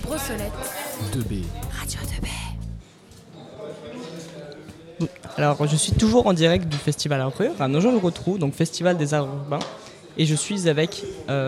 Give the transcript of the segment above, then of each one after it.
Brossolette. 2B. Radio 2B. Alors, je suis toujours en direct du Festival Rure à Nogent-le-Rotrou, donc Festival des Arts Urbains. Et je suis avec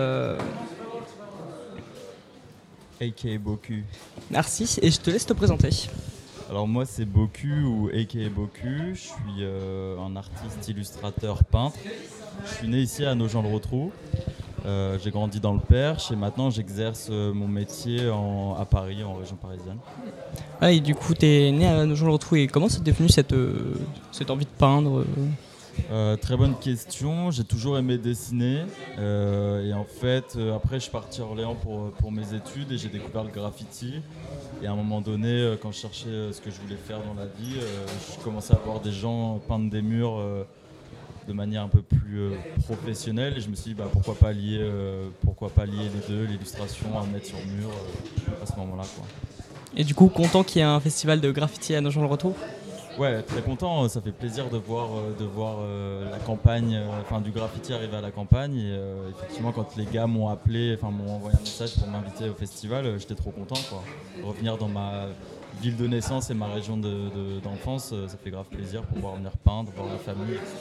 A.K.A. Boku. Narcisse et je te laisse te présenter. Alors moi c'est Boku ou A.K.A. Boku, je suis un artiste, illustrateur, peintre. Je suis né ici à Nogent-le-Rotrou, j'ai grandi dans le Perche et maintenant j'exerce mon métier à Paris, en région parisienne. Ah, et du coup, tu es né à Nogent-le-Rotrou et comment c'est devenu cette envie de peindre Très bonne question, j'ai toujours aimé dessiner et en fait après je suis parti à Orléans pour mes études et j'ai découvert le graffiti et à un moment donné quand je cherchais ce que je voulais faire dans la vie je commençais à voir des gens peindre des murs de manière un peu plus professionnelle et je me suis dit pourquoi pas lier les deux, l'illustration à mettre sur le mur à ce moment là quoi. Et du coup, content qu'il y ait un festival de graffiti à Nogent-le-Rotrou ? Ouais, très content, ça fait plaisir de voir la campagne, du graffiti arriver à la campagne et effectivement quand les gars m'ont appelé, m'ont envoyé un message pour m'inviter au festival, j'étais trop content quoi. Revenir dans ma ville de naissance et ma région d'enfance, ça fait grave plaisir pour pouvoir venir peindre, voir la famille, etc.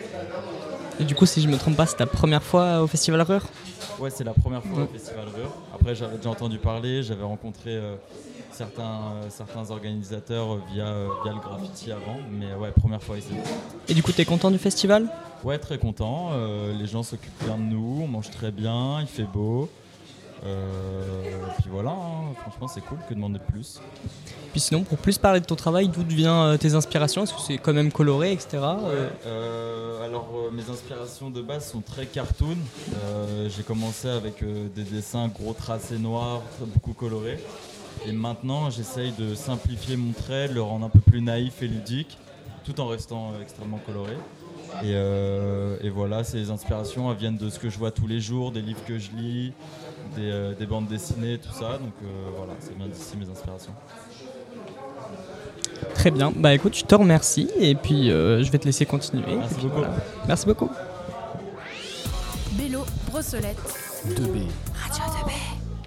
Et du coup, si je me trompe pas, c'est ta première fois au Festival Rure ? Ouais, c'est la première fois au Festival Rure. Après, j'avais déjà entendu parler, j'avais rencontré certains organisateurs via le graffiti avant, mais ouais, première fois ici. Et du coup, t'es content du festival ? Ouais, très content. Les gens s'occupent bien de nous, on mange très bien, il fait beau. Puis voilà, franchement, c'est cool, que demander de plus. Puis sinon, pour plus parler de ton travail, d'où viennent tes inspirations ? Est-ce que c'est quand même coloré, etc. Alors, mes inspirations de base sont très cartoon. J'ai commencé avec des dessins gros tracés noirs, beaucoup colorés. Et maintenant, j'essaye de simplifier mon trait, de le rendre un peu plus naïf et ludique, tout en restant extrêmement coloré. Et voilà, ces inspirations elles viennent de ce que je vois tous les jours, des livres que je lis, des bandes dessinées, tout ça. Donc voilà, c'est bien d'ici mes inspirations. Très bien. Bah écoute, je te remercie et puis je vais te laisser continuer. Merci beaucoup. Voilà. Merci beaucoup. Bélo, Brossolette. 2B. Radio 2B.